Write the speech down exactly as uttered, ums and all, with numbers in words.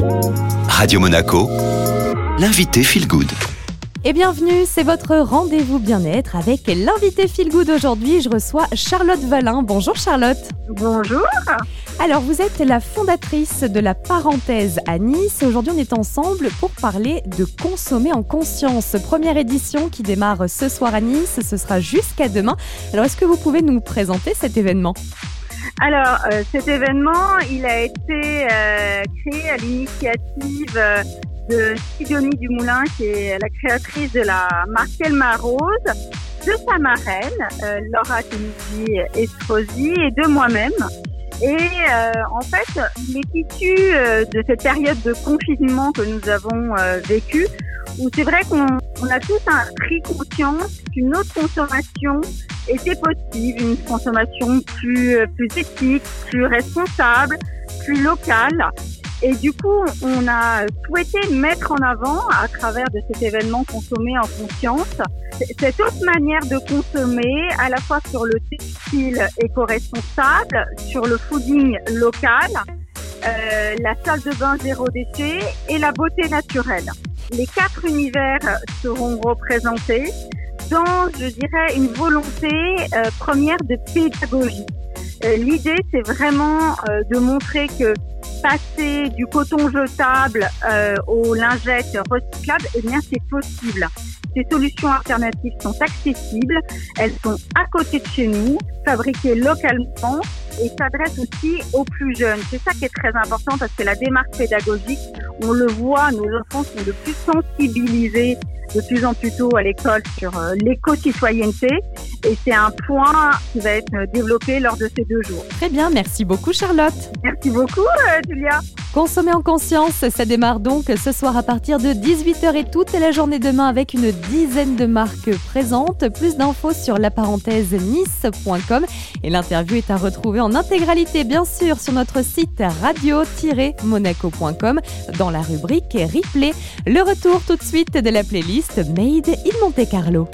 Radio Monaco, l'invité Feel Good. Et bienvenue, c'est votre rendez-vous bien-être avec l'invité Feel Good. Aujourd'hui, je reçois Charlotte Valin. Bonjour Charlotte. Bonjour. Alors, vous êtes la fondatrice de La Parenthèse à Nice. Aujourd'hui, on est ensemble pour parler de consommer en conscience. Première édition qui démarre ce soir à Nice. Ce sera jusqu'à demain. Alors, est-ce que vous pouvez nous présenter cet événement ? Alors, euh, cet événement, il a été euh, créé à l'initiative euh, de Sidonie Dumoulin, qui est la créatrice de la marque Elma Rose, de sa marraine, euh, Laura Kennedy Estrosi, et de moi-même. Et euh, en fait, il est issu euh, de cette période de confinement que nous avons euh, vécue, où c'est vrai qu'on on a tous un pris conscience qu'une autre consommation était possible, une consommation plus, plus éthique, plus responsable, plus locale. Et du coup, on a souhaité mettre en avant, à travers de cet événement Consommer en conscience, cette autre manière de consommer, à la fois sur le textile éco-responsable, sur le fooding local, euh, la salle de bain zéro déchet et la beauté naturelle. Les quatre univers seront représentés dans, je dirais, une volonté euh, première de pédagogie. Euh, l'idée, c'est vraiment euh, de montrer que passer du coton jetable euh, aux lingettes recyclables, eh bien, c'est possible. Ces solutions alternatives sont accessibles, elles sont à côté de chez nous, fabriquées localement et s'adressent aussi aux plus jeunes. C'est ça qui est très important parce que la démarche pédagogique, on le voit, nos enfants sont de plus sensibilisés de plus en plus tôt à l'école sur euh, l'éco-citoyenneté et c'est un point qui va être développé lors de ces deux jours. Très bien, merci beaucoup Charlotte. Merci beaucoup euh, Julia. Consommer en conscience, ça démarre donc ce soir à partir de dix-huit heures et toute la journée demain avec une dizaine de marques présentes. Plus d'infos sur la parenthèse nice point com et l'interview est à retrouver en intégralité bien sûr sur notre site radio tiret monaco point com dans la rubrique replay. Le retour tout de suite de la playlist Made in Monte Carlo.